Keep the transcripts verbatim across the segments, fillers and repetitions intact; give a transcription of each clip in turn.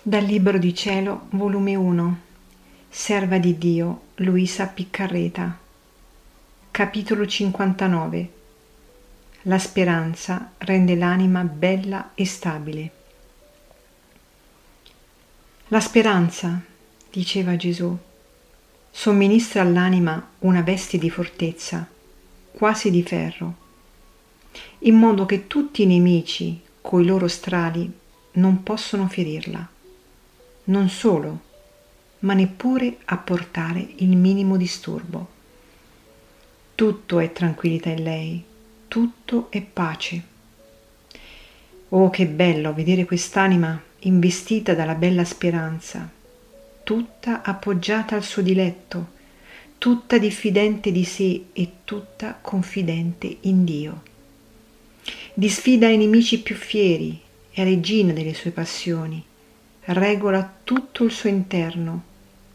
Dal Libro di Cielo, volume uno, Serva di Dio, Luisa Piccarreta. Capitolo cinquantanove. La speranza rende l'anima bella e stabile. La speranza, diceva Gesù, somministra all'anima una veste di fortezza, quasi di ferro, in modo che tutti i nemici, coi loro strali, non possono ferirla. Non solo, ma neppure apportare il minimo disturbo. Tutto è tranquillità in lei, tutto è pace. Oh, che bello vedere quest'anima investita dalla bella speranza, tutta appoggiata al suo diletto, tutta diffidente di sé e tutta confidente in Dio. Disfida i nemici più fieri, è regina delle sue passioni, regola tutto il suo interno,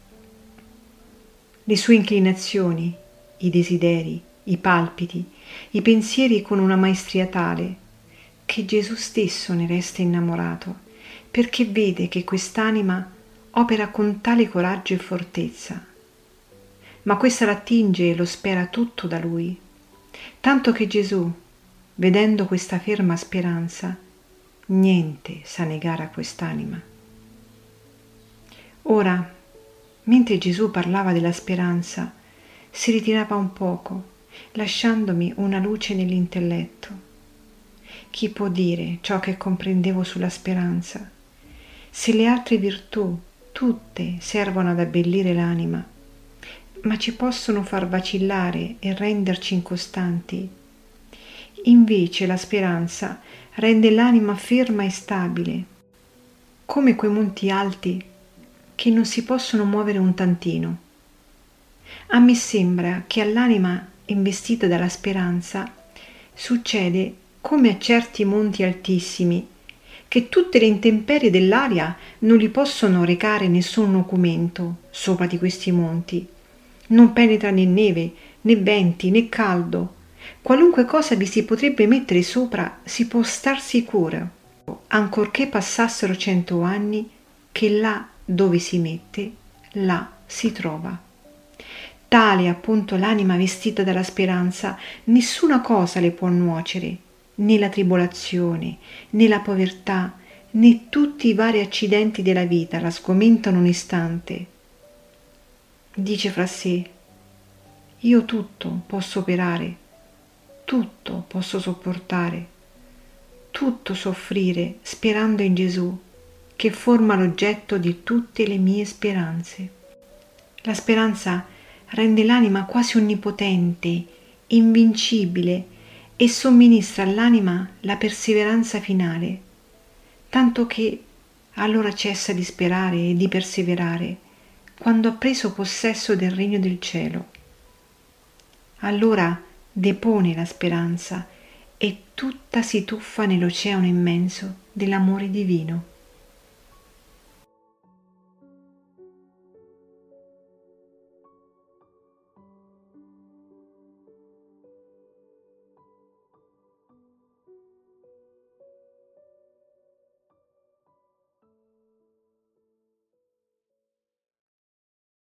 le sue inclinazioni, i desideri, i palpiti, i pensieri con una maestria tale che Gesù stesso ne resta innamorato, perché vede che quest'anima opera con tale coraggio e fortezza. Ma questa l'attinge e lo spera tutto da lui, tanto che Gesù, vedendo questa ferma speranza, niente sa negare a quest'anima. Ora, mentre Gesù parlava della speranza, si ritirava un poco, lasciandomi una luce nell'intelletto. Chi può dire ciò che comprendevo sulla speranza? Se le altre virtù, tutte, servono ad abbellire l'anima, ma ci possono far vacillare e renderci incostanti, invece la speranza rende l'anima ferma e stabile, come quei monti alti che non si possono muovere un tantino. A me sembra che all'anima investita dalla speranza succede come a certi monti altissimi, che tutte le intemperie dell'aria non li possono recare nessun nocumento sopra di questi monti. Non penetra né neve, né venti, né caldo. Qualunque cosa vi si potrebbe mettere sopra si può star sicuro, ancorché passassero cento anni, che là dove si mette, là si trova. Tale appunto l'anima vestita dalla speranza, nessuna cosa le può nuocere, né la tribolazione, né la povertà, né tutti i vari accidenti della vita la sgomentano un istante. Dice fra sé: io tutto posso operare, tutto posso sopportare, tutto soffrire sperando in Gesù, che forma l'oggetto di tutte le mie speranze. La speranza rende l'anima quasi onnipotente, invincibile e somministra all'anima la perseveranza finale, tanto che allora cessa di sperare e di perseverare quando ha preso possesso del regno del cielo. Allora depone la speranza e tutta si tuffa nell'oceano immenso dell'amore divino.